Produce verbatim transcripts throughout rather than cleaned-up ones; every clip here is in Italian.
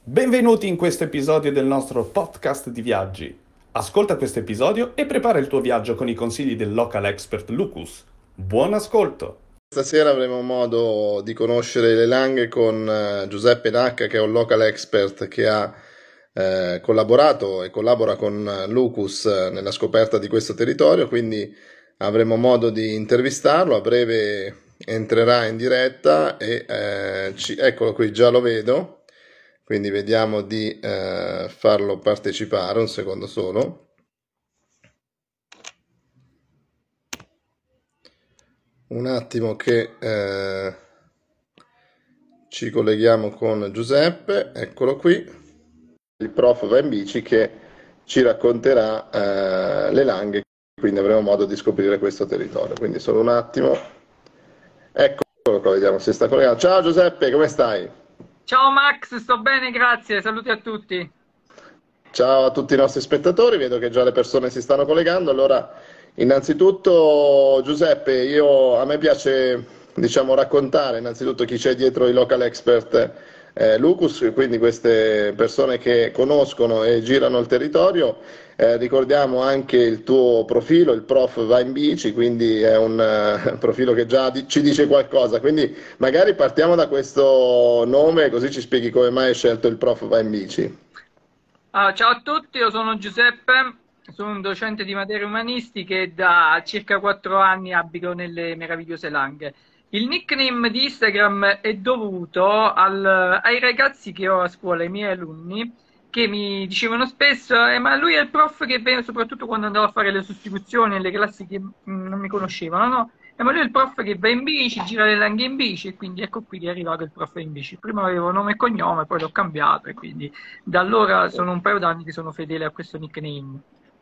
Benvenuti in questo episodio del nostro podcast di viaggi. Ascolta questo episodio e prepara il tuo viaggio con i consigli del local expert Lucas. Buon ascolto! Stasera avremo modo di conoscere le Langhe con eh, Giuseppe Nacca, che è un local expert che ha eh, collaborato e collabora con eh, Lucas eh, nella scoperta di questo territorio, quindi avremo modo di intervistarlo. A breve entrerà in diretta e eh, ci- eccolo qui, già lo vedo, quindi vediamo di eh, farlo partecipare un secondo solo. Un attimo che eh, ci colleghiamo con Giuseppe, eccolo qui, il prof va in bici che ci racconterà eh, le Langhe, quindi avremo modo di scoprire questo territorio. Quindi solo un attimo, eccolo qua, vediamo se sta collegato. Ciao Giuseppe, come stai? Ciao Max, sto bene, grazie. Saluti a tutti. Ciao a tutti i nostri spettatori, vedo che già le persone si stanno collegando. Allora, innanzitutto, Giuseppe, io, a me piace, diciamo, raccontare innanzitutto chi c'è dietro i local expert eh, Lucas, quindi queste persone che conoscono e girano il territorio. Eh, ricordiamo anche il tuo profilo, il prof va in bici, quindi è un eh, profilo che già di- ci dice qualcosa. Quindi magari partiamo da questo nome, così ci spieghi come mai hai scelto il prof va in bici. Ah, ciao a tutti, io sono Giuseppe, sono un docente di materie umanistiche e da circa quattro anni abito nelle meravigliose Langhe. Il nickname di Instagram è dovuto al- ai ragazzi che ho a scuola, i miei alunni, che mi dicevano spesso, "Eh, ma lui è il prof che viene soprattutto quando andavo a fare le sostituzioni nelle classi che mm, non mi conoscevano, no? Eh, ma lui è il prof che va in bici, gira le Langhe in bici, e quindi ecco qui è arrivato il prof in bici. Prima avevo nome e cognome, poi l'ho cambiato e quindi da allora sono un paio d'anni che sono fedele a questo nickname.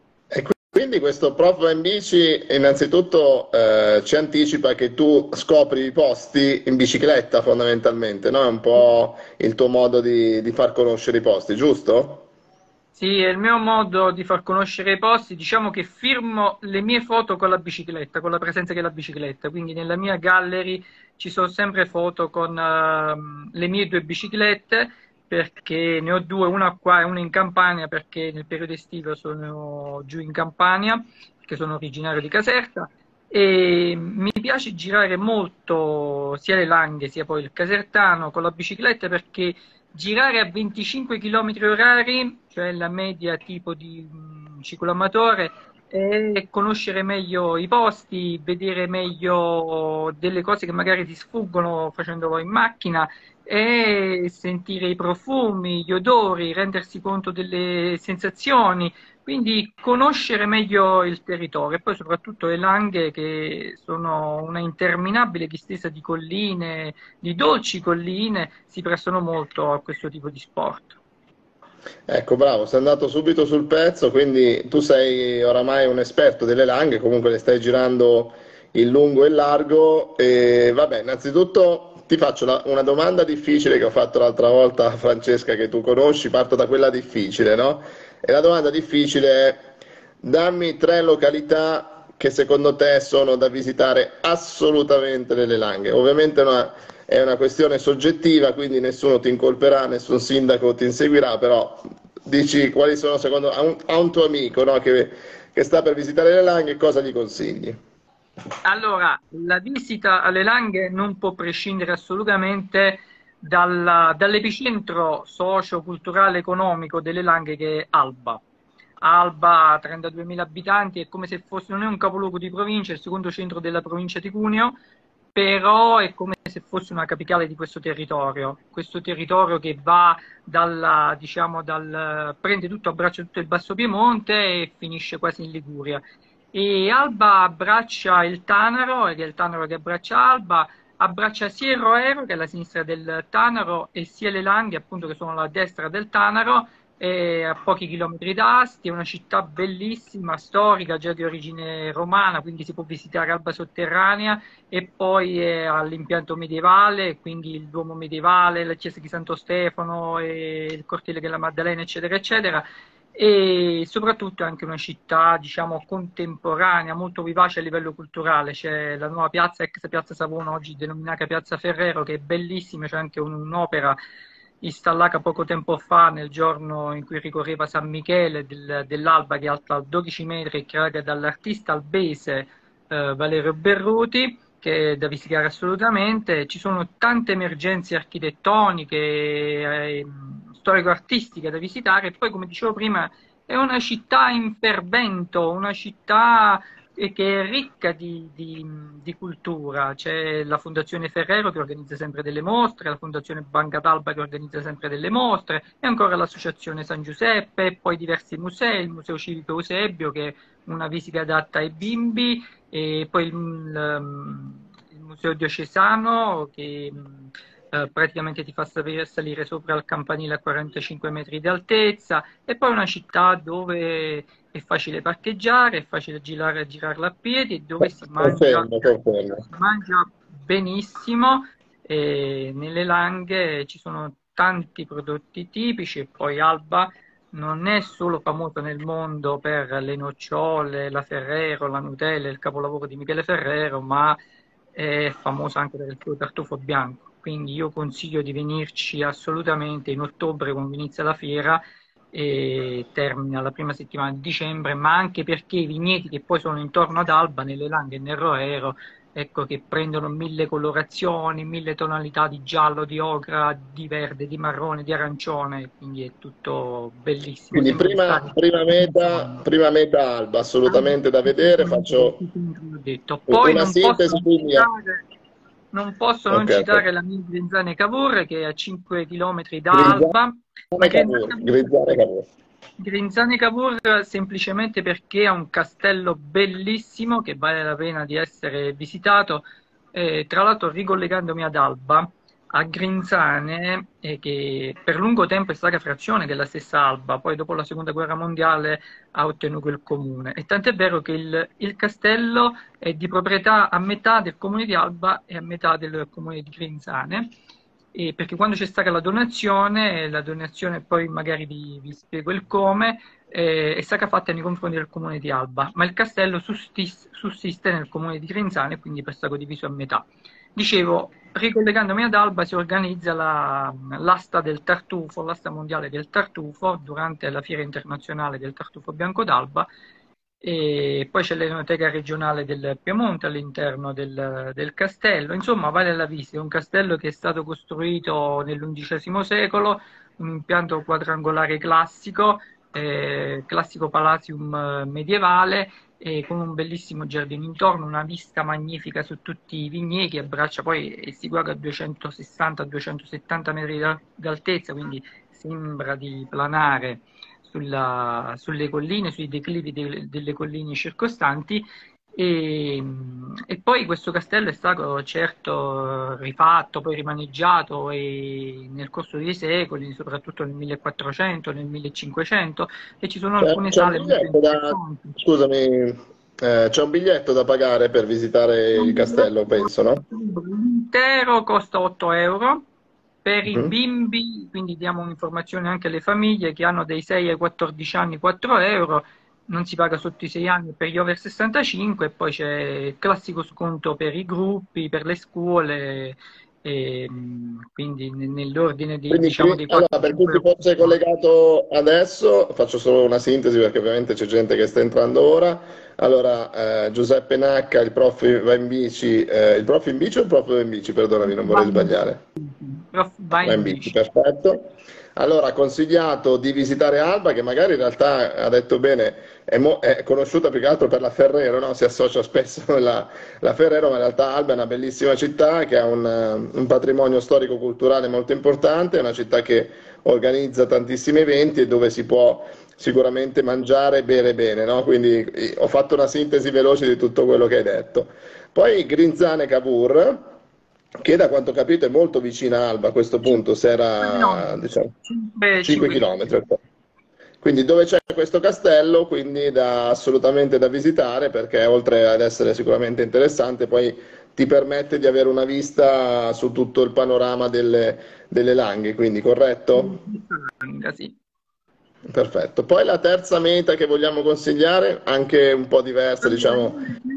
E quindi questo prof va in bici innanzitutto eh, ci anticipa che tu scopri i posti in bicicletta fondamentalmente, no? È un po' il tuo modo di, di far conoscere i posti, giusto? Sì, è il mio modo di far conoscere i posti. Diciamo che firmo le mie foto con la bicicletta, con la presenza della bicicletta. Quindi nella mia gallery ci sono sempre foto con ehm, le mie due biciclette, perché ne ho due, una qua e una in Campania, perché nel periodo estivo sono giù in Campania, perché sono originario di Caserta. E mi piace girare molto sia le Langhe sia poi il Casertano con la bicicletta, perché girare a venticinque chilometri orari, cioè la media tipo di un cicloamatore, e conoscere meglio i posti, vedere meglio delle cose che magari ti sfuggono facendolo in macchina, e sentire i profumi, gli odori, rendersi conto delle sensazioni, quindi conoscere meglio il territorio e poi soprattutto le Langhe, che sono una interminabile distesa di colline, di dolci colline, si prestano molto a questo tipo di sport. Ecco, bravo, sei andato subito sul pezzo, quindi tu sei oramai un esperto delle Langhe, comunque le stai girando in lungo e in largo. E vabbè, innanzitutto ti faccio la- una domanda difficile che ho fatto l'altra volta a Francesca, che tu conosci, parto da quella difficile, no? E la domanda difficile è: dammi tre località che secondo te sono da visitare assolutamente nelle Langhe. Ovviamente è una, è una questione soggettiva, quindi nessuno ti incolperà, nessun sindaco ti inseguirà, però dici quali sono secondo a un, a un tuo amico, no, che, che sta per visitare le Langhe, cosa gli consigli? Allora, la visita alle Langhe non può prescindere assolutamente dalla- dall'epicentro socio-culturale economico delle Langhe, che è Alba. Alba ha trentaduemila abitanti, è come se fosse, non è un capoluogo di provincia, è il secondo centro della provincia di Cuneo, però è come se fosse una capitale di questo territorio. Questo territorio che va dalla, diciamo, dal, prende tutto a braccio tutto il Basso Piemonte e finisce quasi in Liguria. E Alba abbraccia il Tanaro, ed è il Tanaro che abbraccia Alba, abbraccia sia il Roero, che è la sinistra del Tanaro, e sia le Langhe, appunto, che sono la destra del Tanaro, è a pochi chilometri da Asti. È una città bellissima, storica, già di origine romana, quindi si può visitare Alba sotterranea, e poi è all'impianto medievale, quindi il Duomo medievale, la chiesa di Santo Stefano, e il cortile della Maddalena, eccetera, eccetera. E soprattutto è anche una città, diciamo, contemporanea, molto vivace a livello culturale. C'è la nuova piazza, ex piazza Savona, oggi denominata Piazza Ferrero, che è bellissima, c'è anche un'opera installata poco tempo fa, nel giorno in cui ricorreva San Michele, del, dell'Alba, che è alta dodici metri e creata dall'artista albese eh, Valerio Berruti, che è da visitare assolutamente. Ci sono tante emergenze architettoniche, eh, storico-artistiche da visitare, e poi, come dicevo prima, è una città in fermento, una città che è ricca di, di, di cultura. C'è la Fondazione Ferrero che organizza sempre delle mostre, la Fondazione Banca d'Alba che organizza sempre delle mostre, e ancora l'Associazione San Giuseppe, poi diversi musei, il Museo Civico Eusebio, che è una visita adatta ai bimbi, e poi il, il, il Museo Diocesano, che eh, praticamente ti fa salire, salire sopra il campanile a quarantacinque metri di altezza, e poi una città dove è facile parcheggiare, è facile girare, girarla a piedi, dove si mangia, Confermo, confermo. si mangia benissimo. E nelle Langhe ci sono tanti prodotti tipici, e poi Alba non è solo famosa nel mondo per le nocciole, la Ferrero, la Nutella, il capolavoro di Michele Ferrero, ma è famosa anche per il suo tartufo bianco. Quindi io consiglio di venirci assolutamente in ottobre, quando inizia la fiera e termina la prima settimana di dicembre, ma anche perché i vigneti che poi sono intorno ad Alba, nelle Langhe e nel Roero, ecco, che prendono mille colorazioni, mille tonalità di giallo, di ocra, di verde, di marrone, di arancione, quindi è tutto bellissimo. Quindi prima, prima, meta, prima meta Alba, assolutamente da vedere. Faccio poi una non sintesi. posso citare, non posso non okay, citare okay. la mia Grinzane Cavour, che è a cinque chilometri da Alba. Grinzane Cavour. Grinzane Cavour semplicemente perché ha un castello bellissimo che vale la pena di essere visitato. Eh, tra l'altro, ricollegandomi ad Alba, a Grinzane, eh, che per lungo tempo è stata frazione della stessa Alba, poi dopo la seconda guerra mondiale ha ottenuto il comune, e tant'è vero che il, il castello è di proprietà a metà del comune di Alba e a metà del comune di Grinzane. E perché quando c'è stata la donazione, la donazione poi magari vi, vi spiego il come, eh, è stata fatta nei confronti del comune di Alba, ma il castello sussiste, sussiste nel comune di Grinzane, quindi è stato diviso a metà. Dicevo, ricollegandomi ad Alba, si organizza la, l'asta del tartufo, l'asta mondiale del tartufo, durante la fiera internazionale del tartufo bianco d'Alba, e poi c'è l'enoteca regionale del Piemonte all'interno del, del castello. Insomma, vale la visita. È un castello che è stato costruito nell'undicesimo secolo, un impianto quadrangolare classico, eh, classico palatium medievale, e con un bellissimo giardino intorno, una vista magnifica su tutti i vigneti, abbraccia poi e si guarda a duecentosessanta duecentosettanta metri d'altezza, quindi sembra di planare Sulla, sulle colline, sui declivi de, delle colline circostanti, e, e poi questo castello è stato certo rifatto, poi rimaneggiato e nel corso dei secoli, soprattutto nel millequattrocento, nel millecinquecento, e ci sono alcune c'è sale un molto da, interessanti. Scusami, eh, c'è un biglietto da pagare per visitare il castello, penso, no? L'intero costa otto euro. Per i Mm-hmm. bimbi, quindi diamo un'informazione anche alle famiglie che hanno dai sei ai quattordici anni, quattro euro, non si paga sotto i sei anni per gli over sessantacinque, e poi c'è il classico sconto per i gruppi, per le scuole, e, quindi nell'ordine di, Quindi, diciamo, dei allora, per chi si fosse collegato adesso, faccio solo una sintesi perché ovviamente c'è gente che sta entrando ora. Allora, eh, Giuseppe Nacca, il prof va in bici, eh, il prof in bici o il prof va in bici? Perdonami, non vorrei sbagliare. Prof va in, va in bici, perfetto. Allora, ha consigliato di visitare Alba, che magari in realtà, ha detto bene, è, mo- è conosciuta più che altro per la Ferrero, no? Si associa spesso la, la Ferrero, ma in realtà Alba è una bellissima città che ha un, un patrimonio storico-culturale molto importante, è una città che organizza tantissimi eventi e dove si può sicuramente mangiare e bere bene, no? Quindi ho fatto una sintesi veloce di tutto quello che hai detto. Poi Grinzane Cavour, che da quanto ho capito è molto vicina a Alba a questo punto, se era diciamo, cinque chilometri. Quindi dove c'è questo castello, quindi da, assolutamente da visitare, perché oltre ad essere sicuramente interessante, poi ti permette di avere una vista su tutto il panorama delle, delle Langhe, quindi corretto? Sì. Perfetto. Poi la terza meta che vogliamo consigliare, anche un po' diversa, diciamo.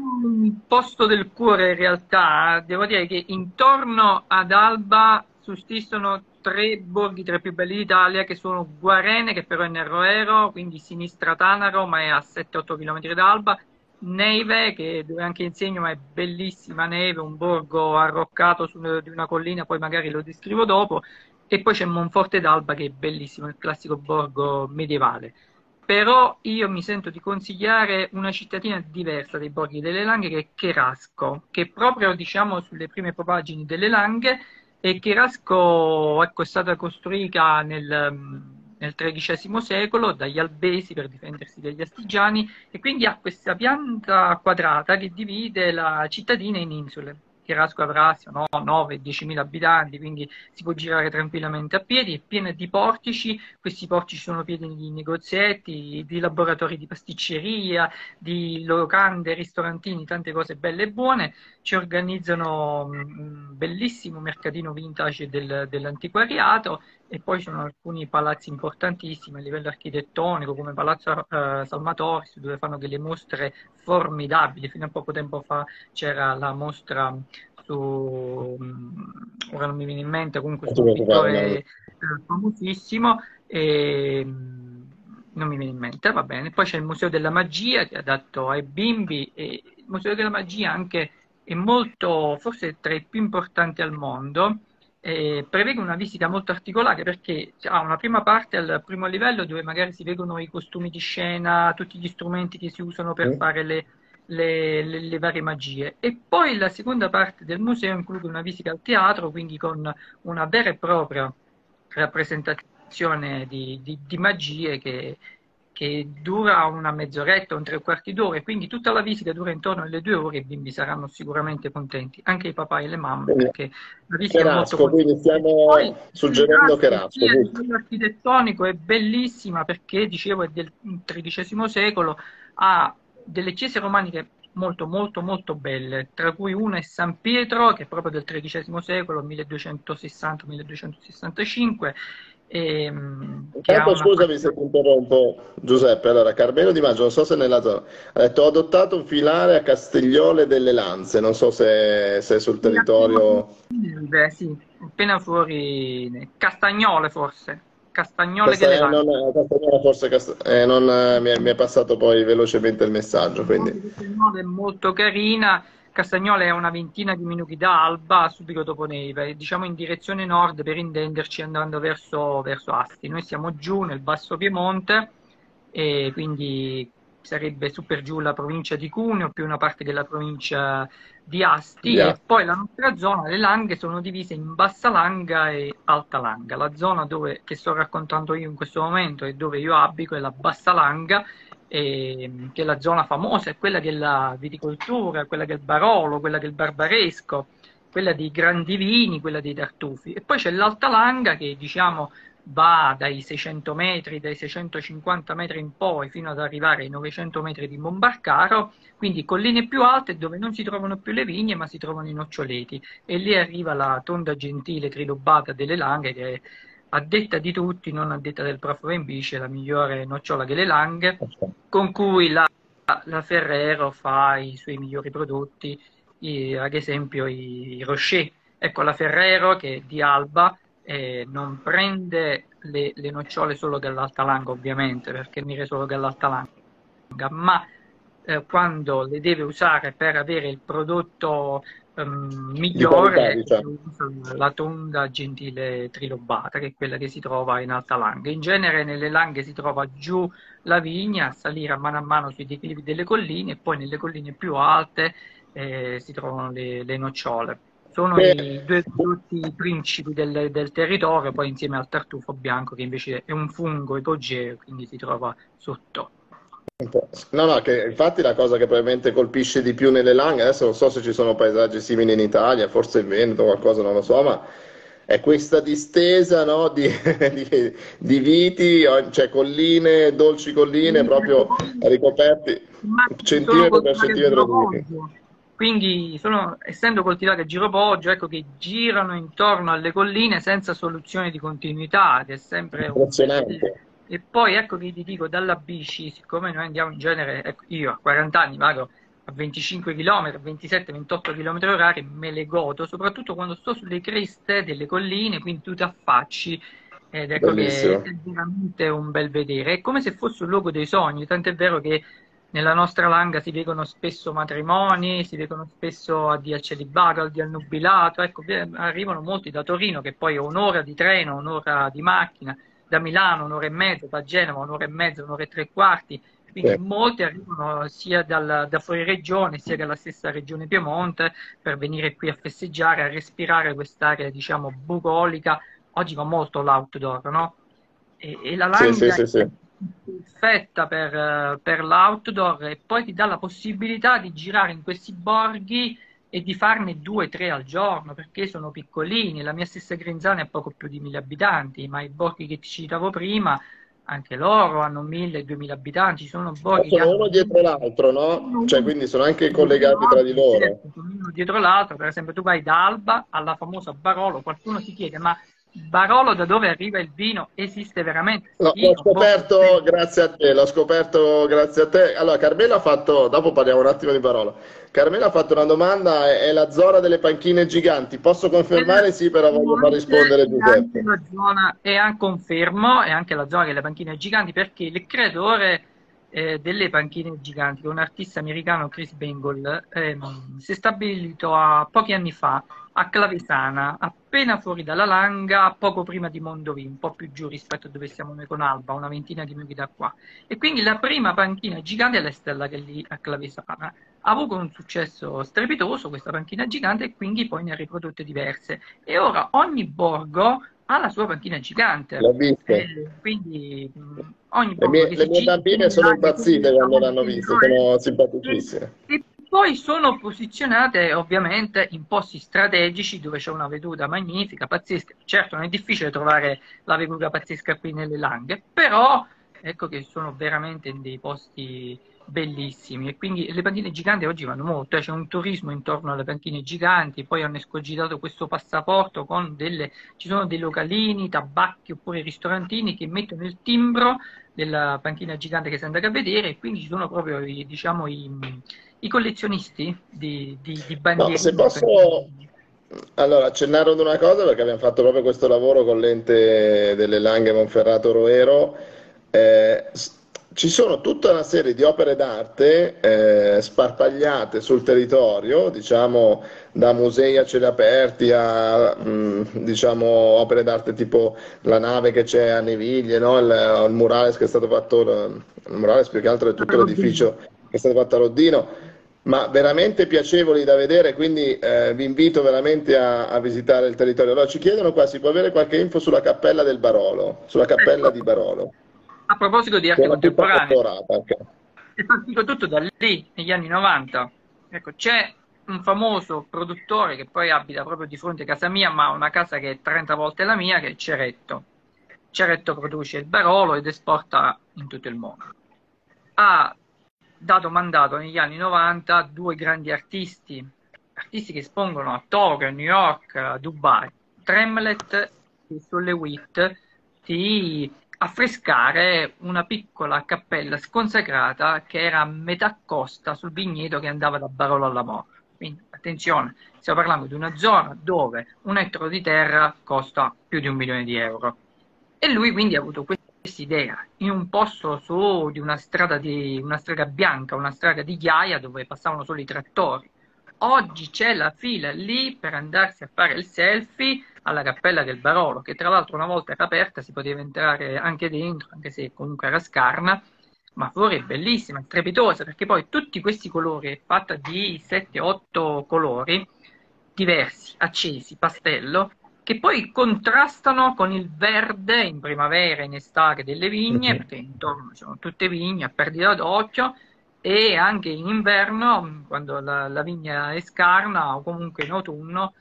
Un posto del cuore in realtà, devo dire che intorno ad Alba sussistono tre borghi tra i più belli d'Italia, che sono Guarene, che però è nel Roero, quindi sinistra Tanaro, ma è a sette otto chilometri da Alba, Neive, che dove anche insegno, ma è bellissima Neive, un borgo arroccato su di una collina, poi magari lo descrivo dopo, e poi c'è Monforte d'Alba, che è bellissimo, il classico borgo medievale. Però io mi sento di consigliare una cittadina diversa dai borghi delle Langhe, che è Cherasco, che proprio, diciamo, sulle prime propagini delle Langhe. E Cherasco, ecco, è stata costruita nel, nel tredicesimo secolo dagli Albesi per difendersi dagli Astigiani, e quindi ha questa pianta quadrata che divide la cittadina in insule. Cherasco avrà no, nove diecimila abitanti, quindi si può girare tranquillamente a piedi, è piena di portici. Questi portici sono pieni di negozietti, di laboratori di pasticceria, di locande, ristorantini, tante cose belle e buone. Ci organizzano un bellissimo mercatino vintage del, dell'antiquariato, e poi ci sono alcuni palazzi importantissimi a livello architettonico, come Palazzo eh, Salmatoris, dove fanno delle mostre formidabili. Fino a poco tempo fa c'era la mostra su, ora non mi viene in mente, comunque su un pittore eh, famosissimo, e non mi viene in mente, va bene. Poi c'è il Museo della Magia, che è adatto ai bimbi, e il Museo della Magia anche è molto, forse tra i più importanti al mondo. Eh, prevede una visita molto articolata, perché ha una prima parte al primo livello dove magari si vedono i costumi di scena, tutti gli strumenti che si usano per Mm. fare le, le, le, le varie magie, e poi la seconda parte del museo include una visita al teatro, quindi con una vera e propria rappresentazione di, di, di magie che, che dura una mezz'oretta, un tre quarti d'ora, e quindi tutta la visita dura intorno alle due ore, e i bimbi saranno sicuramente contenti, anche i papà e le mamme, Quindi, perché la visita è molto Cherasco, quindi consigliata. Poi stiamo suggerendo Cherasco. sì, a giusto? livello architettonico è bellissima, perché dicevo è del tredicesimo secolo, ha delle chiese romaniche molto molto molto belle, tra cui una è San Pietro, che è proprio del tredicesimo secolo, milleduecentosessanta milleduecentosessantacinque, e, che ha Intanto una scusami se ti interrompo, Giuseppe. Allora, Carmelo Di Maggio, non so se nella zona, ha detto ho adottato un filare a Castigliole delle Lanze, non so se, se è sul territorio. Beh, sì, appena fuori Castagnole forse, Castagnole delle Casta- eh, non, Langhe. eh, Castagnola, forse Cast- eh, non, eh, mi, è, mi è passato poi velocemente il messaggio, quindi. Castagnola è molto carina. Castagnola è a una ventina di minuti da Alba, subito dopo Neive, diciamo in direzione nord, per intenderci, andando verso, verso Asti. Noi siamo giù nel Basso Piemonte, e quindi sarebbe su per giù la provincia di Cuneo, più una parte della provincia di Asti, Via. e poi la nostra zona, le Langhe, sono divise in Bassa Langa e Alta Langa. La zona dove, che sto raccontando io in questo momento, e dove io abito, è la Bassa Langa, e, che è la zona famosa, è quella della viticoltura, quella del Barolo, quella del Barbaresco, quella dei grandi vini, quella dei tartufi. E poi c'è l'Alta Langa, che diciamo va dai seicento metri, dai seicentocinquanta metri in poi, fino ad arrivare ai novecento metri di Monbarcaro, quindi colline più alte dove non si trovano più le vigne, ma si trovano i noccioleti, e lì arriva la tonda gentile trilobata delle Langhe, che è, a detta di tutti, non a detta del prof Rembice, la migliore nocciola delle Langhe, con cui la, la Ferrero fa i suoi migliori prodotti, i, ad esempio i, i Rocher. Ecco, la Ferrero, che è di Alba, eh, non prende le, le nocciole solo dell'Alta Langa, ovviamente, perché mire solo dell'Alta Langa, ma eh, quando le deve usare per avere il prodotto ehm, Di qualità, migliore, diciamo. usa la tonda gentile trilobata, che è quella che si trova in Alta Langa. In genere nelle Langhe si trova giù la vigna, a salire a mano a mano sui declivi delle colline, e poi nelle colline più alte eh, si trovano le, le nocciole. Sono Che- i due prodotti principi del, del territorio, poi insieme al tartufo bianco, che invece è un fungo ipogeo, quindi si trova sotto. No, no, che infatti la cosa che probabilmente colpisce di più nelle Langhe, adesso non so se ci sono paesaggi simili in Italia, forse in Veneto o qualcosa, non lo so, ma è questa distesa, no, di, di- di viti, o- cioè colline, dolci colline, proprio ricoperti Ma sono centimetro per coltivate a centimetro di. giropoggio, quindi sono, essendo coltivate a giropoggio, ecco che girano intorno alle colline senza soluzione di continuità, che è sempre un bel... Impressionante. E poi ecco che ti dico, dalla bici, siccome noi andiamo in genere, ecco, io a quaranta anni vado a venticinque chilometri, ventisette ventotto chilometri orari, me le godo, soprattutto quando sto sulle creste delle colline, quindi tu ti affacci ed ecco che Bellissimo. è veramente un bel vedere. È come se fosse un luogo dei sogni, tant'è vero che nella nostra langa si vedono spesso matrimoni, si vedono spesso addio al celibato, addio al nubilato, ecco, beh, arrivano molti da Torino, che poi è un'ora di treno, un'ora di macchina, da Milano un'ora e mezza, da Genova un'ora e mezza, un'ora e tre quarti, quindi Sì. molti arrivano sia dal- da fuori regione sia dalla stessa regione Piemonte per venire qui a festeggiare, a respirare quest'area, diciamo, bucolica. Oggi va molto l'outdoor, no? E, e la Sì, sì, Langa sì, è sì. perfetta per, eh, per l'outdoor e poi ti dà la possibilità di girare in questi borghi e di farne due o tre al giorno perché sono piccolini. La mia stessa Grinzane ha poco più di mille abitanti, ma i borghi che ti citavo prima, anche loro hanno mille duemila abitanti. Sono borghi che Sono hanno uno dietro l'altro, no? Cioè, uno quindi sono anche dietro collegati tra di l'altro, loro. certo, uno dietro l'altro. Per esempio, tu vai da Alba alla famosa Barolo, qualcuno si chiede, ma Barolo da dove arriva il vino? Esiste veramente? No, Sì, l'ho è un borgo scoperto grazie a te, l'ho scoperto grazie a te. Allora, Carmela ha fatto, dopo parliamo un attimo di parola. Carmela ha fatto una domanda, è, è la zona delle panchine giganti. Posso confermare? Sì, però voglio far Esattamente, rispondere e anche Giuseppe. la zona, e an- confermo, è anche la zona delle panchine giganti perché il creatore eh, delle panchine giganti, che è un artista americano, Chris Bengal, ehm, si è stabilito a, pochi anni fa a Clavesana, appena fuori dalla Langa, poco prima di Mondovì, un po' più giù rispetto a dove siamo noi con Alba, una ventina di minuti da qua. E quindi la prima panchina gigante è l'Estella che è lì a Clavesana. Ha avuto un successo strepitoso questa panchina gigante e quindi poi ne ha riprodotte diverse. E ora ogni borgo ha la sua panchina gigante. L'ho visto. E quindi mh, ogni Le borgo mie, di le mie Sicilia, bambine quelle sono Langhe, quelle impazzite quando famose l'hanno Scille vista, Roe, sono e, simpaticissime. e poi sono posizionate ovviamente in posti strategici dove c'è una veduta magnifica, pazzesca. Certo, non è difficile trovare la veduta pazzesca qui nelle Langhe, però ecco che sono veramente in dei posti bellissimi e quindi le panchine giganti oggi vanno molto, eh, c'è un turismo intorno alle panchine giganti, poi hanno escogitato questo passaporto con delle, ci sono dei localini, tabacchi oppure ristorantini che mettono il timbro della panchina gigante che si andrà a vedere e quindi ci sono proprio i, diciamo, i, i collezionisti di, di, di No, se bandierine di panchine posso giganti. allora accennare ad una cosa, perché abbiamo fatto proprio questo lavoro con l'ente delle Langhe Monferrato Roero, eh, s- ci sono tutta una serie di opere d'arte eh, sparpagliate sul territorio, diciamo da musei a cieli aperti a mh, diciamo, opere d'arte tipo la nave che c'è a Neviglie, no? Il, il murales che è stato fatto, il murales più che altro è tutto Rodino. l'edificio che è stato fatto a Roddino, ma veramente piacevoli da vedere, quindi eh, vi invito veramente a, a visitare il territorio. Allora, ci chiedono qua, si può avere qualche info sulla cappella del Barolo, sulla cappella Ecco, di Barolo, a proposito di che è arte una piccola contemporanea, colorata anche. è partito tutto da lì, negli anni novanta. Ecco, c'è un famoso produttore che poi abita proprio di fronte a casa mia, ma ha una casa che è trenta volte la mia, che è Ceretto. Ceretto produce il Barolo ed esporta in tutto il mondo. Ha dato mandato negli anni novanta a due grandi artisti, artisti che espongono a Tokyo, a New York, a Dubai, Tremlet e Solle Witt, di affrescare una piccola cappella sconsacrata che era a metà costa sul vigneto che andava da Barolo alla Morra. Quindi attenzione, stiamo parlando di una zona dove un ettaro di terra costa più di un milione di euro. E lui quindi ha avuto questa idea in un posto su di una strada, di, una strada bianca, una strada di ghiaia dove passavano solo i trattori. Oggi c'è la fila lì per andarsi a fare il selfie alla Cappella del Barolo, che tra l'altro una volta era aperta, si poteva entrare anche dentro, anche se comunque era scarna, ma fuori è bellissima, è strepitosa, perché poi tutti questi colori, è fatta di sette otto colori diversi, accesi, pastello, che poi contrastano con il verde in primavera e in estate delle vigne, Mhm. perché intorno ci sono tutte vigne a perdita d'occhio, e anche in inverno, quando la, la vigna è scarna o comunque in autunno,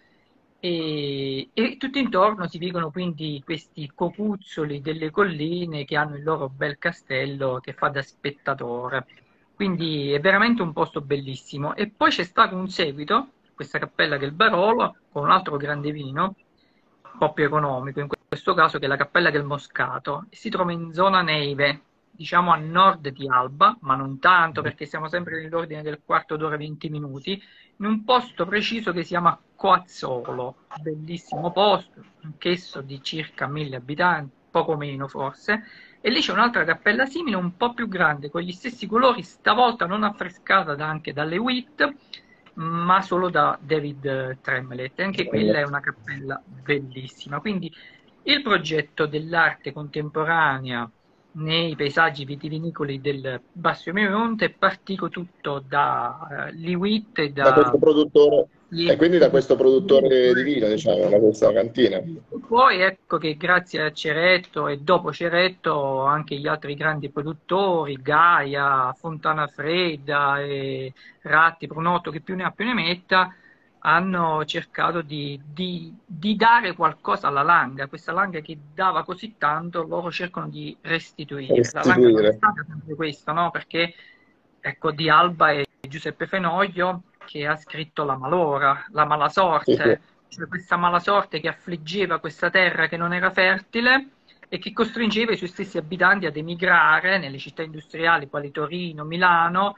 e, e tutto intorno si vedono quindi questi cocuzzoli delle colline che hanno il loro bel castello che fa da spettatore. Quindi è veramente un posto bellissimo. E poi c'è stato un seguito, questa cappella del Barolo, con un altro grande vino, un po' più economico in questo caso, che è la Cappella del Moscato, e si trova in zona neve. diciamo a nord di Alba, ma non tanto perché siamo sempre nell'ordine del quarto d'ora venti minuti, in un posto preciso che si chiama Coazzolo, bellissimo posto, anch'esso di circa mille abitanti, poco meno forse, e lì c'è un'altra cappella simile, un po' più grande, con gli stessi colori, stavolta non affrescata da, anche dalle Witt, ma solo da David Tremlett. Anche quella è una cappella bellissima. Quindi il progetto dell'arte contemporanea nei paesaggi vitivinicoli del Basso Piemonte è partito tutto da uh, Lee Witt e da, da questo produttore, e quindi da questo produttore di vino, diciamo, da questa cantina. Poi ecco che grazie a Ceretto e dopo Ceretto anche gli altri grandi produttori, Gaia, Fontana Fredda e Ratti, Brunotto, che più ne ha più ne metta, hanno cercato di, di, di dare qualcosa alla Langa. Questa Langa che dava così tanto, loro cercano di restituire. restituire. La Langa non è stata sempre questa, no? Perché ecco, di Alba è Giuseppe Fenoglio che ha scritto La Malora, la mala sorte, Sì, sì. cioè questa mala sorte che affliggeva questa terra che non era fertile e che costringeva i suoi stessi abitanti ad emigrare nelle città industriali quali Torino, Milano,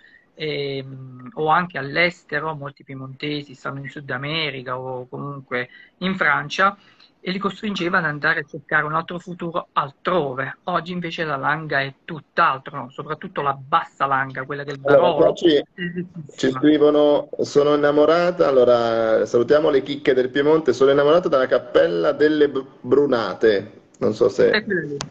ehm, o anche all'estero. Molti piemontesi stanno in Sud America o comunque in Francia, e li costringeva ad andare a cercare un altro futuro altrove. Oggi invece la Langa è tutt'altro, no? Soprattutto la bassa Langa, quella del Barolo. Allora, ci, ci scrivono: sono innamorata, allora salutiamo le chicche del Piemonte, sono innamorata della Cappella delle Brunate, non so se... È quella lì.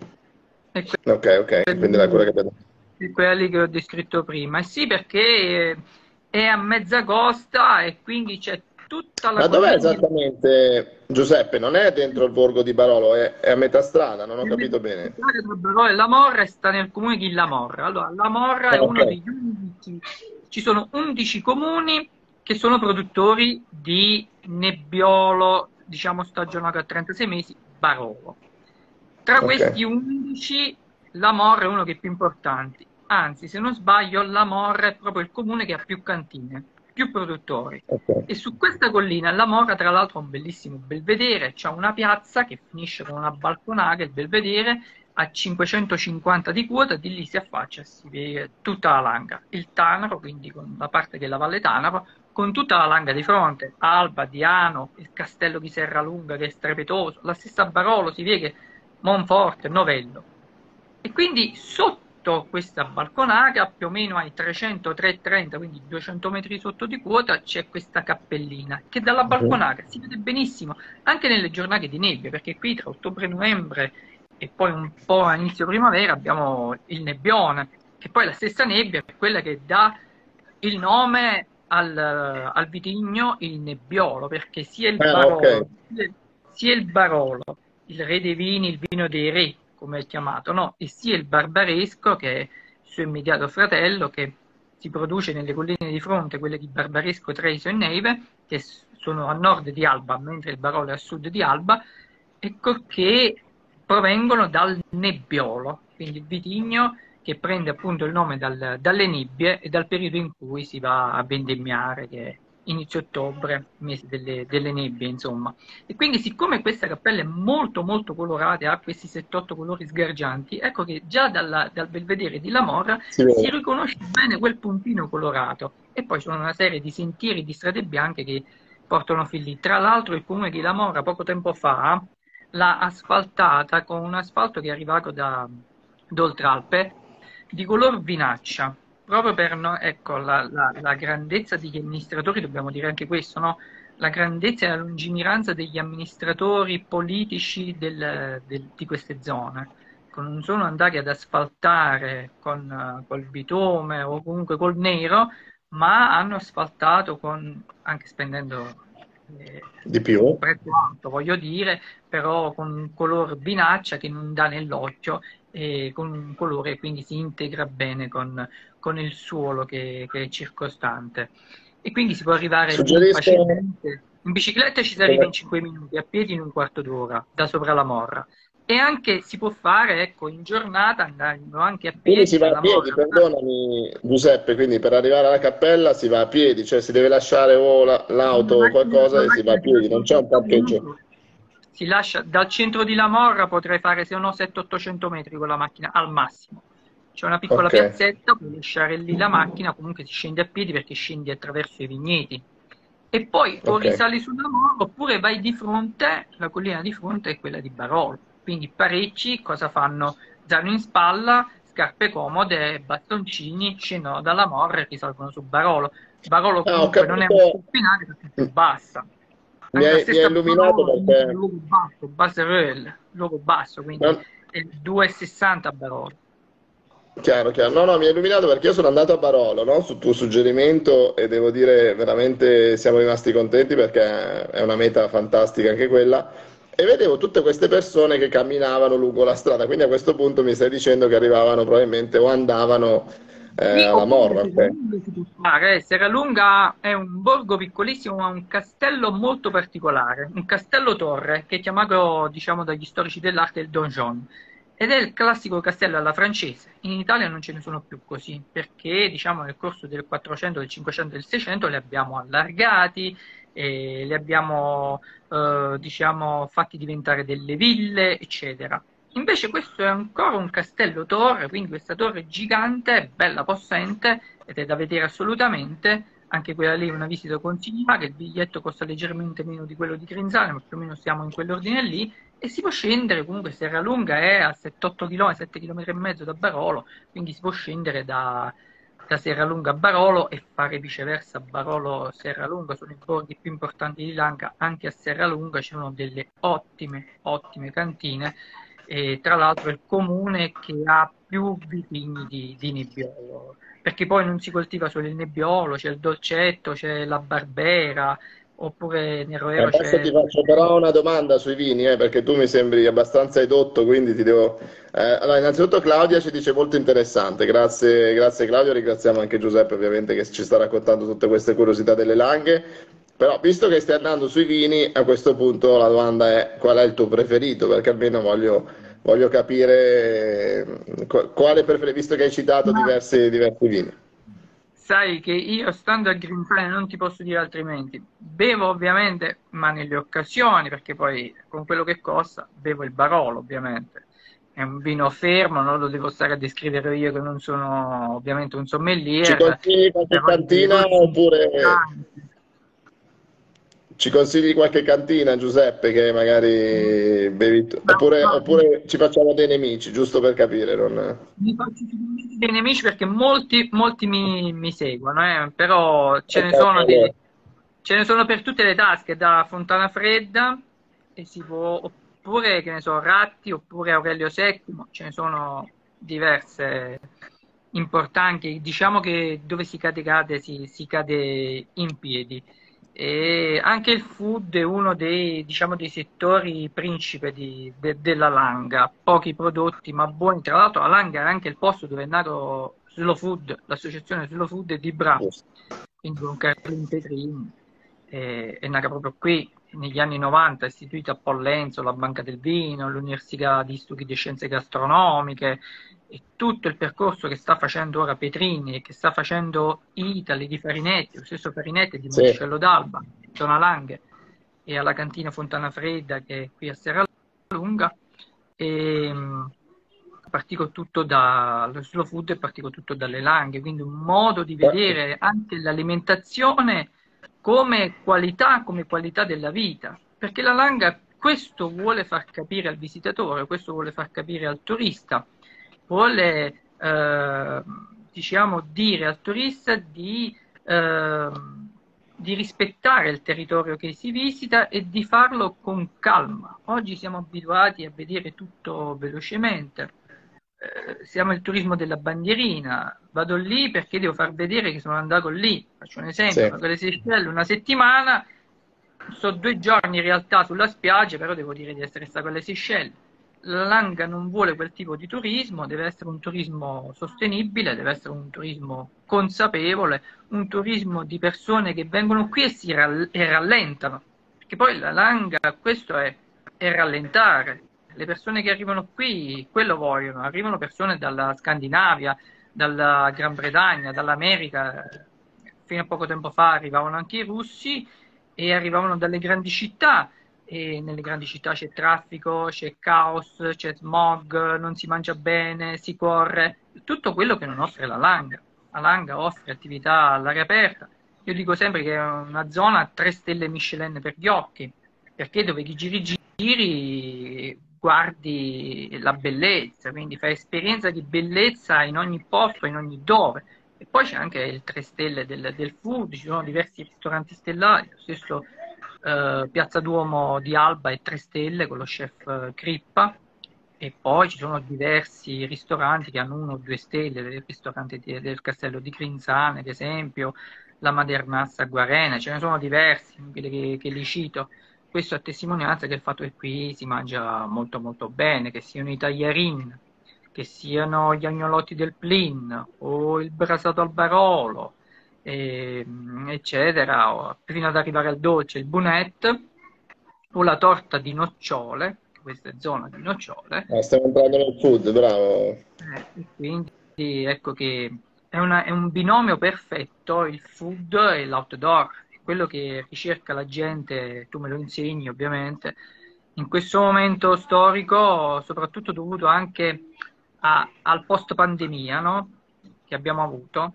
È ok, ok, quindi la quella che vedo. È quella lì che ho descritto prima. Eh sì, perché è a mezza costa e quindi c'è tutta la... Ma dov'è esattamente, Giuseppe? Non è dentro il borgo di Barolo, è, è a metà strada, non ho capito bene. Tra Barolo e La Morra sta nel comune di La Morra. Allora, La Morra è Ah, uno ok. degli undici, ci sono undici comuni che sono produttori di nebbiolo, diciamo stagionato a trentasei mesi, Barolo. Tra Ok. questi undici, La Morra è uno dei più importanti. Anzi, se non sbaglio, La Morra è proprio il comune che ha più cantine, più produttori. Ok. E su questa collina, La Morra, tra l'altro, ha un bellissimo belvedere, c'è una piazza che finisce con una balconata, il belvedere, a cinquecentocinquanta di quota, di lì si affaccia e si vede tutta la Langa. Il Tanaro, quindi con la parte che è la Valle Tanaro, con tutta la Langa di fronte, Alba, Diano, il castello di Serralunga che è strepitoso, la stessa Barolo, si vede Monforte, Novello. E quindi sotto questa balconata, più o meno ai trecento trecentotrenta, quindi duecento metri sotto di quota, c'è questa cappellina che dalla balconata si vede benissimo anche nelle giornate di nebbia, perché qui tra ottobre e novembre e poi un po' a inizio primavera abbiamo il nebbione, che poi la stessa nebbia è quella che dà il nome al, al vitigno, il nebbiolo, perché sia il Ah, Barolo, ok. sia il Barolo, il re dei vini, il vino dei re, come è chiamato, no? E sia il Barbaresco, che è il suo immediato fratello, che si produce nelle colline di fronte, quelle di Barbaresco, Treviso e Neve, che sono a nord di Alba, mentre il Barolo è a sud di Alba, ecco che provengono dal nebbiolo, quindi il vitigno che prende appunto il nome dal, dalle nebbie e dal periodo in cui si va a vendemmiare, che è inizio ottobre, mese delle, delle nebbie, insomma. E quindi, siccome questa cappella è molto molto colorata, ha questi sette otto colori sgargianti, ecco che già dalla, dal belvedere di La Morra Sì, si riconosce bene quel puntino colorato. E poi sono una serie di sentieri, di strade bianche che portano fin lì. Tra l'altro il comune di La Morra poco tempo fa l'ha asfaltata con un asfalto che è arrivato da d'Oltralpe di color vinaccia, proprio per no, ecco, la, la, la grandezza degli amministratori, dobbiamo dire anche questo, no? La grandezza e la lungimiranza degli amministratori politici del, del, di queste zone. Non sono andati ad asfaltare con col bitume o comunque col nero, ma hanno asfaltato con, anche spendendo eh, Di più? un prezzo alto, voglio dire, però con un colore vinaccia che non dà nell'occhio, e con un colore quindi si integra bene con, con il suolo che, che è circostante. E quindi si può arrivare lì Suggerisco... facilmente. In bicicletta ci si arriva in cinque minuti, a piedi in un quarto d'ora, da sopra La Morra. E anche si può fare, ecco, in giornata andando anche a piedi. Quindi si va a dalla piedi, Morra. perdonami Giuseppe, quindi per arrivare alla cappella si va a piedi, cioè si deve lasciare o la- l'auto o qualcosa e si va a piedi, non c'è un parcheggio. Si lascia dal centro di La Morra, potrei fare se no settecento ottocento metri con la macchina al massimo. c'è una piccola Ok, piazzetta, puoi lasciare lì la macchina, comunque si scende a piedi perché scendi attraverso i vigneti. E poi o ok. risali sulla Molo oppure vai di fronte, la collina di fronte è quella di Barolo. Quindi parecchi cosa fanno? Zaino in spalla, scarpe comode, bastoncini, scendono dalla Morra e risalgono su Barolo. Barolo Ah, ho comunque non è una capito. scoppinale perché è più bassa. Mi Anche la hai, mi hai stessa illuminato Barolo è un perché... luogo basso, Baserel, luogo basso, quindi no, è due e sessanta a Barolo. chiaro, chiaro. No, no, mi hai illuminato perché io sono andato a Barolo, no? Su tuo suggerimento e devo dire veramente siamo rimasti contenti perché è una meta fantastica anche quella. E vedevo tutte queste persone che camminavano lungo la strada, quindi a questo punto mi stai dicendo che arrivavano probabilmente o andavano eh, Sì, alla oppure Morra, ok? Serralunga si può fare. Serralunga è un borgo piccolissimo, ma un castello molto particolare, un castello torre che è chiamato, diciamo, dagli storici dell'arte il donjon. Ed è il classico castello alla francese. In Italia non ce ne sono più così, perché diciamo nel corso del quattrocento, del cinquecento e del seicento li abbiamo allargati, e li abbiamo eh, diciamo, fatti diventare delle ville, eccetera. Invece questo è ancora un castello torre, quindi questa torre gigante, bella possente, ed è da vedere assolutamente. Anche quella lì è una visita consigliata, il biglietto costa leggermente meno di quello di Grinzane, ma più o meno siamo in quell'ordine lì, e si può scendere, comunque Serralunga è a sette otto km, sette chilometri e mezzo da Barolo, quindi si può scendere da, da Serralunga a Barolo e fare viceversa Barolo-Serralunga, sono i borghi più importanti di Lanka, anche a Serralunga ci sono delle ottime, ottime cantine, e tra l'altro è il comune che ha più vitigni di, di Nebbiolo, perché poi non si coltiva solo il Nebbiolo, c'è il dolcetto, c'è la Barbera, oppure nel Roero Adesso c'è ti faccio però una domanda sui vini, eh, perché tu mi sembri abbastanza edotto, quindi ti devo... eh, allora, innanzitutto Claudia ci dice molto interessante, grazie, grazie Claudio, ringraziamo anche Giuseppe ovviamente che ci sta raccontando tutte queste curiosità delle Langhe, però visto che stai andando sui vini, a questo punto la domanda è qual è il tuo preferito, perché almeno voglio, voglio capire eh, qu- quale preferito, visto che hai citato Ma diversi, diversi vini. sai che io stando a Grinfane non ti posso dire altrimenti. Bevo ovviamente, ma nelle occasioni, perché poi con quello che costa, bevo il Barolo ovviamente. È un vino fermo, non lo devo stare a descrivere io che non sono ovviamente un Ci sommelier, consigli qualche però dei cantina dolci oppure... importanti. Ci consigli qualche cantina, Giuseppe, che magari bevi tu? Ma Oppure, guarda, oppure ci facciamo dei nemici, giusto per capire, non... mi faccio sicuramente dei nemici perché molti, molti mi, mi seguono, eh, però ce Ok, ne sono allora. di, ce ne sono per tutte le tasche, da Fontana Fredda, e si può, oppure, che ne so, Ratti, oppure Aurelio settimo, ce ne sono diverse importanti, diciamo che dove si cade cade si, si cade in piedi. E anche il food è uno dei, diciamo, dei settori principe di- de- della Langa, pochi prodotti ma buoni. Tra l'altro la Langa è anche il posto dove è nato Slow Food, l'associazione Slow Food di Bra, Giusto. quindi con Carlin Petrini, eh, è nata proprio qui negli anni novanta, istituita a Pollenzo, la Banca del Vino, l'Università di Studi di Scienze Gastronomiche, e tutto il percorso che sta facendo ora Petrini e che sta facendo Italy di Farinetti, lo stesso Farinetti di Sì. Monticello d'Alba, zona Langhe, e alla cantina Fontana Fredda che è qui a Serralunga. E, mh, partito tutto da, lo slow food è partito tutto dalle Langhe, quindi un modo di Ma- vedere anche l'alimentazione come qualità, come qualità della vita, perché la Langa questo vuole far capire al visitatore, questo vuole far capire al turista, vuole eh, diciamo dire al turista di, eh, di rispettare il territorio che si visita e di farlo con calma. Oggi siamo abituati a vedere tutto velocemente. Eh, siamo il turismo della bandierina, vado lì perché devo far vedere che sono andato lì, faccio un esempio, Sì. vado alle Seychelles una settimana, sto due giorni in realtà sulla spiaggia, però devo dire di essere stato alle Seychelles. La Langa non vuole quel tipo di turismo, deve essere un turismo sostenibile, deve essere un turismo consapevole, un turismo di persone che vengono qui e si rall- e rallentano, perché poi la Langa questo è, è rallentare. Le persone che arrivano qui quello vogliono, arrivano persone dalla Scandinavia, dalla Gran Bretagna, dall'America, fino a poco tempo fa arrivavano anche i russi e arrivavano dalle grandi città, e nelle grandi città c'è traffico, c'è caos, c'è smog, non si mangia bene, si corre. tutto quello che non offre la Langa. La Langa offre attività all'aria aperta. Io dico sempre che è una zona a tre stelle Michelin per gli occhi, perché dove giri giri guardi la bellezza, quindi fai esperienza di bellezza in ogni posto, in ogni dove. E poi c'è anche il tre stelle del, del food, ci sono diversi ristoranti stellari, lo stesso eh, Piazza Duomo di Alba è tre stelle con lo chef eh, Crippa, e poi ci sono diversi ristoranti che hanno uno o due stelle, il ristorante di, del Castello di Grinzane, ad esempio, la Madernassa a Guarena, ce ne sono diversi, quelli che, che li cito. Questo a testimonianza del fatto che qui si mangia molto molto bene, che siano i tagliarin, che siano gli agnolotti del Plin, o il brasato al Barolo, e, eccetera, o, fino ad arrivare al dolce, il bunette, o la torta di nocciole, questa è zona di nocciole. Ah, stiamo entrando nel food, bravo. Eh, e quindi ecco che è, una, è un binomio perfetto, il food e l'outdoor, quello che ricerca la gente, tu me lo insegni ovviamente, in questo momento storico, soprattutto dovuto anche a, al post pandemia, no? Che abbiamo avuto,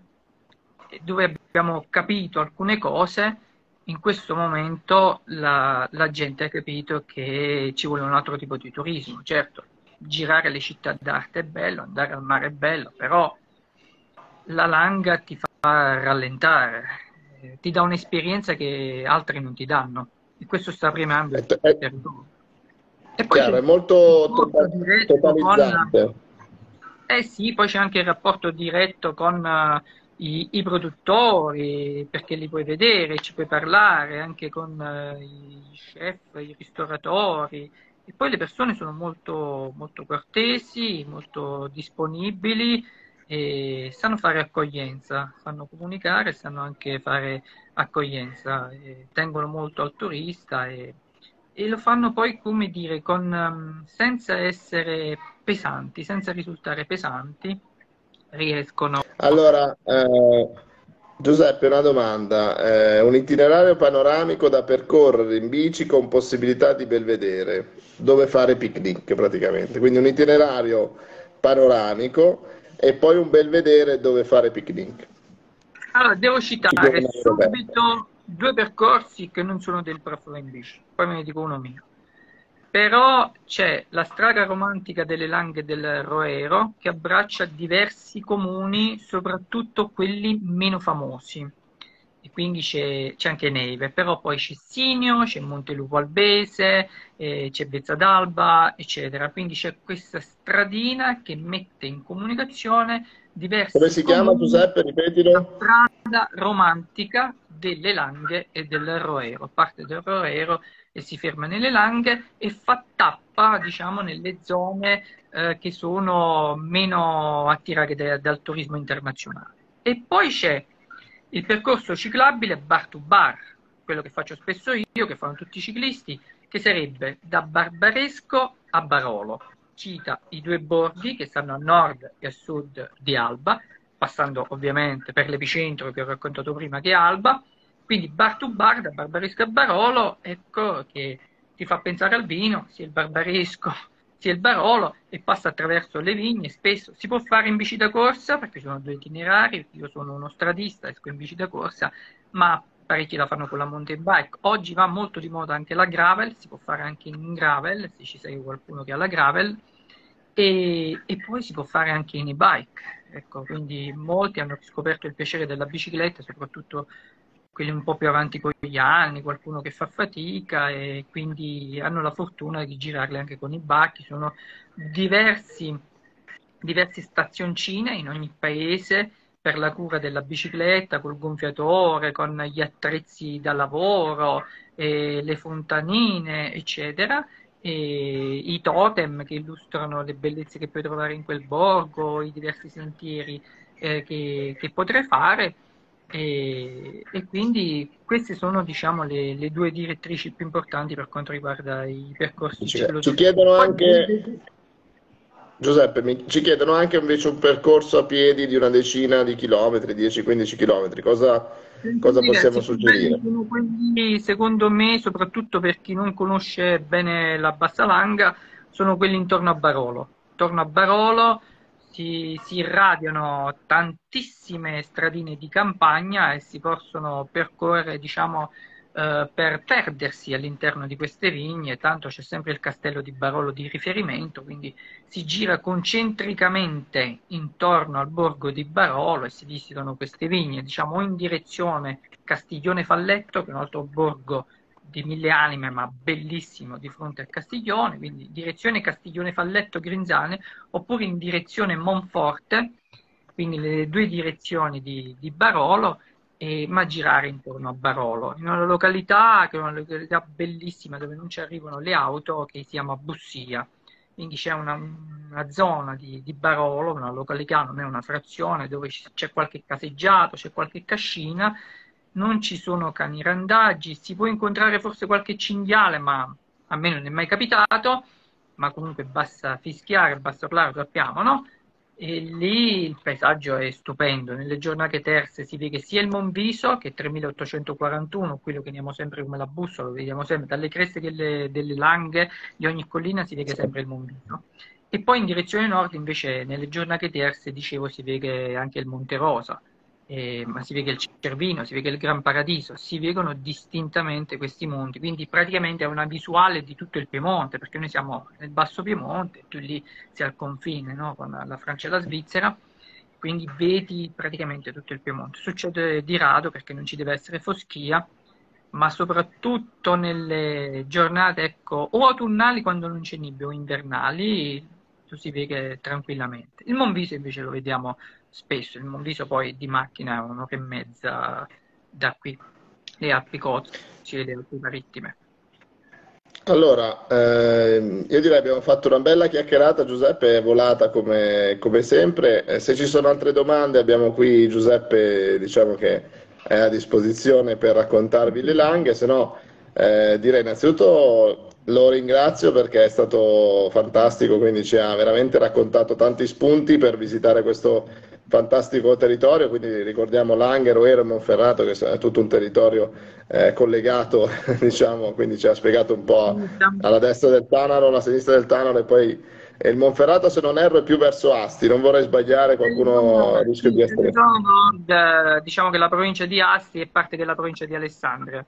dove abbiamo capito alcune cose. In questo momento la, la gente ha capito che ci vuole un altro tipo di turismo. Certo, girare le città d'arte è bello, andare al mare è bello, però la Langa ti fa rallentare, eh, ti dà un'esperienza che altri non ti danno, e questo sta premiando il È, è, territorio. E poi chiaro, c'è è molto il rapporto diretto totalizzante. con, eh sì, poi c'è anche il rapporto diretto con uh, i, i produttori, perché li puoi vedere, ci puoi parlare anche con uh, i chef, i ristoratori, e poi le persone sono molto, molto cortesi, molto disponibili, e sanno fare accoglienza, sanno comunicare, sanno anche fare accoglienza, e tengono molto al turista, e, e lo fanno poi, come dire, con, um, senza essere pesanti, senza risultare pesanti, riescono. Allora, eh, Giuseppe, una domanda. Eh, un itinerario panoramico da percorrere in bici con possibilità di belvedere, dove fare picnic praticamente. Quindi un itinerario panoramico e poi un belvedere dove fare picnic. Allora, devo Ci citare chiede Mario Roberto. subito due percorsi che non sono del Profilo in bici, poi me ne dico uno mio. Però c'è la strada romantica delle Langhe del Roero, che abbraccia diversi comuni, soprattutto quelli meno famosi. E quindi c'è c'è anche neve, però poi c'è Sinio, c'è Montelupo Albese, eh, c'è Bezza d'Alba, eccetera. Quindi c'è questa stradina che mette in comunicazione diversi Come si chiama, comuni, Giuseppe? la Ripetilo. strada romantica delle Langhe e del Roero. Parte del Roero e si ferma nelle Langhe e fa tappa, diciamo, nelle zone eh, che sono meno attirate da- dal turismo internazionale. E poi c'è il percorso ciclabile bar to bar, quello che faccio spesso io, che fanno tutti i ciclisti, che sarebbe da Barbaresco a Barolo. Cita i due borghi che stanno a nord e a sud di Alba, passando ovviamente per l'epicentro che ho raccontato prima, che è Alba. Quindi bar to bar, da Barbaresco a Barolo, ecco che ti fa pensare al vino, sia il Barbaresco sia il Barolo, e passa attraverso le vigne. Spesso si può fare in bici da corsa, perché ci sono due itinerari, io sono uno stradista, esco in bici da corsa, ma parecchi la fanno con la mountain bike. Oggi va molto di moda anche la gravel, si può fare anche in gravel, se ci segue qualcuno che ha la gravel, e, e poi si può fare anche in e-bike. Ecco, quindi molti hanno scoperto il piacere della bicicletta, soprattutto quelli un po' più avanti con gli anni, qualcuno che fa fatica, e quindi hanno la fortuna di girarle anche con i bacchi. Sono diversi, diverse stazioncine in ogni paese per la cura della bicicletta, col gonfiatore, con gli attrezzi da lavoro, eh, le fontanine, eccetera, e i totem che illustrano le bellezze che puoi trovare in quel borgo, i diversi sentieri eh, che, che potrai fare. E, e quindi queste sono, diciamo, le, le due direttrici più importanti per quanto riguarda i percorsi Ci, ci cicloturismo. chiedono Poi, anche, Giuseppe, mi- ci chiedono anche invece un percorso a piedi di una decina di chilometri, dieci quindici chilometri. Cosa, cosa i possiamo diversi più belli suggerire? sono quelli, secondo me, soprattutto per chi non conosce bene la Bassa Langa, sono quelli intorno a Barolo. Intorno a Barolo si, si irradiano tantissime stradine di campagna e si possono percorrere, diciamo, eh, per perdersi all'interno di queste vigne, tanto c'è sempre il castello di Barolo di riferimento, quindi si gira concentricamente intorno al borgo di Barolo e si visitano queste vigne, diciamo, o in direzione Castiglione Falletto, che è un altro borgo di mille anime, ma bellissimo di fronte a Castiglione, quindi direzione Castiglione Falletto Grinzane, oppure in direzione Monforte, quindi le due direzioni di, di Barolo, e, ma girare intorno a Barolo, in una località che è una località bellissima dove non ci arrivano le auto, che si chiama Bussia. Quindi c'è una, una zona di, di Barolo, una località, non è una frazione, dove c'è qualche caseggiato, c'è qualche cascina, non ci sono cani randaggi, si può incontrare forse qualche cinghiale, ma a me non è mai capitato, ma comunque basta fischiare, basta urlare, sappiamo, no? E lì il paesaggio è stupendo, nelle giornate terze si vede sia il Monviso, che è tremilaottocentoquarantuno, qui lo chiamiamo sempre come la bussola, lo vediamo sempre, dalle creste delle, delle Langhe di ogni collina si vede sempre il Monviso. E poi in direzione nord invece nelle giornate terze, dicevo, si vede anche il Monte Rosa. Eh, ma si vede il Cervino, si vede il Gran Paradiso, si vedono distintamente questi monti, quindi praticamente è una visuale di tutto il Piemonte, perché noi siamo nel Basso Piemonte, tu lì sei al confine, no, con la Francia e la Svizzera, quindi vedi praticamente tutto il Piemonte. Succede di rado perché non ci deve essere foschia, ma soprattutto nelle giornate, ecco, o autunnali quando non c'è nebbia o invernali, lo si vede tranquillamente. Il Monviso invece lo vediamo spesso, il Monviso poi di macchina è un'ora e mezza da qui, le Alpi Cozi e le Alpi Marittime. Allora, ehm, io direi abbiamo fatto una bella chiacchierata, Giuseppe, è volata come, come sempre. Eh, se ci sono altre domande, abbiamo qui Giuseppe, diciamo che è a disposizione per raccontarvi le langhe, se no eh, direi innanzitutto lo ringrazio perché è stato fantastico, quindi ci ha veramente raccontato tanti spunti per visitare questo fantastico territorio, quindi ricordiamo Langhe, Roero e Monferrato, che è tutto un territorio eh, collegato, diciamo, quindi ci ha spiegato un po' alla destra del Tanaro, alla sinistra del Tanaro e poi e il Monferrato, se non erro, è più verso Asti, non vorrei sbagliare, qualcuno rischia di essere... Nord, diciamo che la provincia di Asti è parte della provincia di Alessandria.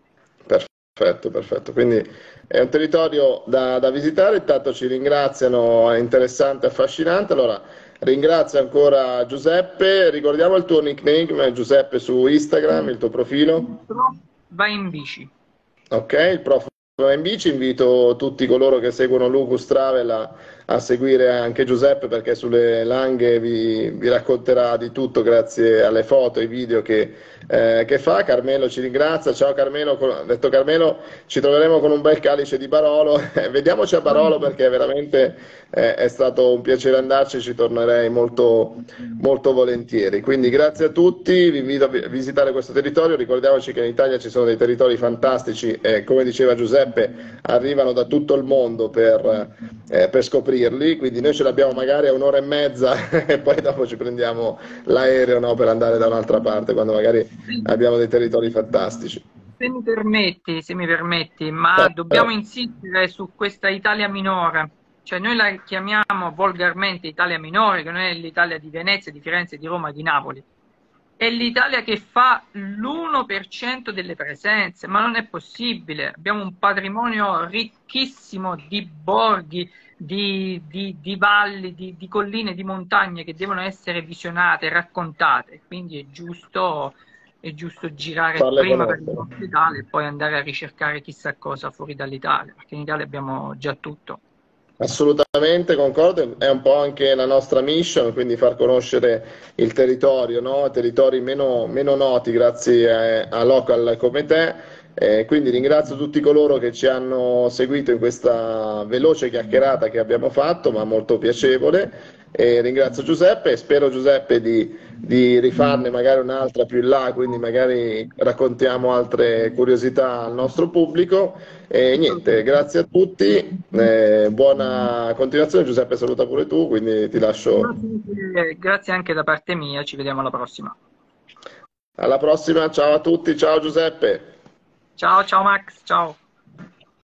Perfetto, perfetto, quindi è un territorio da, da visitare, intanto ci ringraziano, è interessante, affascinante, allora ringrazio ancora Giuseppe, ricordiamo il tuo nickname, Giuseppe, su Instagram, il tuo profilo? Vai in bici. Ok, il prof va in bici, invito tutti coloro che seguono Lucus Travel a, a seguire anche Giuseppe perché sulle Langhe vi, vi racconterà di tutto grazie alle foto e ai video che, eh, che fa. Carmelo ci ringrazia, ciao Carmelo, ha detto Carmelo, ci troveremo con un bel calice di Barolo, vediamoci a Barolo perché veramente eh, è stato un piacere andarci, ci tornerei molto, molto volentieri. Quindi grazie a tutti, vi invito a visitare questo territorio, ricordiamoci che in Italia ci sono dei territori fantastici e come diceva Giuseppe arrivano da tutto il mondo per, eh, per scoprirli, quindi noi ce l'abbiamo magari a un'ora e mezza e poi dopo ci prendiamo l'aereo, no, per andare da un'altra parte quando magari abbiamo dei territori fantastici. Se mi permetti, se mi permetti, ma dobbiamo insistere su questa Italia minore. Cioè noi la chiamiamo volgarmente Italia minore, che non è l'Italia di Venezia, di Firenze, di Roma, di Napoli. È l'Italia che fa l'uno per cento delle presenze, ma non è possibile. Abbiamo un patrimonio ricchissimo di borghi, di, di, di valli, di, di colline, di montagne che devono essere visionate, raccontate. Quindi è giusto, è giusto girare Parle prima per conoscere. l'Italia e poi andare a ricercare chissà cosa fuori dall'Italia, perché in Italia abbiamo già tutto. Assolutamente concordo, è un po' anche la nostra mission, quindi far conoscere il territorio, no? Territori meno, meno noti grazie a, a local come te. Eh, quindi ringrazio tutti coloro che ci hanno seguito in questa veloce chiacchierata che abbiamo fatto, ma molto piacevole. E ringrazio Giuseppe e spero Giuseppe di, di rifarne magari un'altra più in là, quindi magari raccontiamo altre curiosità al nostro pubblico. E niente, grazie a tutti, eh, buona continuazione. Giuseppe saluta pure tu, quindi ti lascio. Grazie, grazie anche da parte mia, ci vediamo alla prossima. Alla prossima, ciao a tutti, ciao Giuseppe. Ciao, ciao Max, ciao.